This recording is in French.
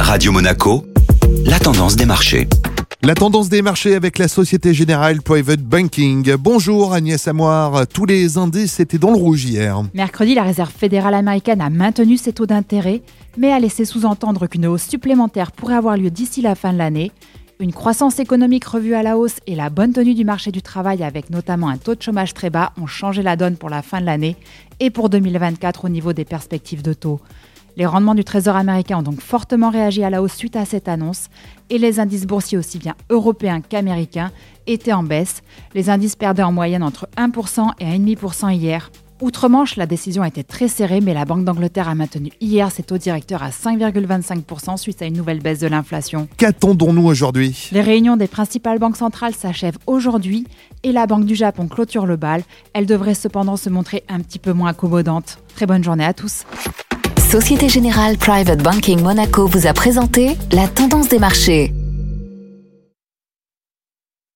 Radio Monaco, la tendance des marchés. La tendance des marchés avec la Société Générale Private Banking. Bonjour Agnès Amoir. Tous les indices étaient dans le rouge hier. Mercredi, la Réserve fédérale américaine a maintenu ses taux d'intérêt, mais a laissé sous-entendre qu'une hausse supplémentaire pourrait avoir lieu d'ici la fin de l'année. Une croissance économique revue à la hausse et la bonne tenue du marché du travail avec notamment un taux de chômage très bas ont changé la donne pour la fin de l'année et pour 2024 au niveau des perspectives de taux. Les rendements du Trésor américain ont donc fortement réagi à la hausse suite à cette annonce et les indices boursiers aussi bien européens qu'américains étaient en baisse. Les indices perdaient en moyenne entre 1% et 1,5% hier. Outre-Manche, la décision a été très serrée, mais la Banque d'Angleterre a maintenu hier ses taux directeurs à 5,25% suite à une nouvelle baisse de l'inflation. Qu'attendons-nous aujourd'hui ? Les réunions des principales banques centrales s'achèvent aujourd'hui et la Banque du Japon clôture le bal. Elle devrait cependant se montrer un petit peu moins accommodante. Très bonne journée à tous. Société Générale Private Banking Monaco vous a présenté la tendance des marchés.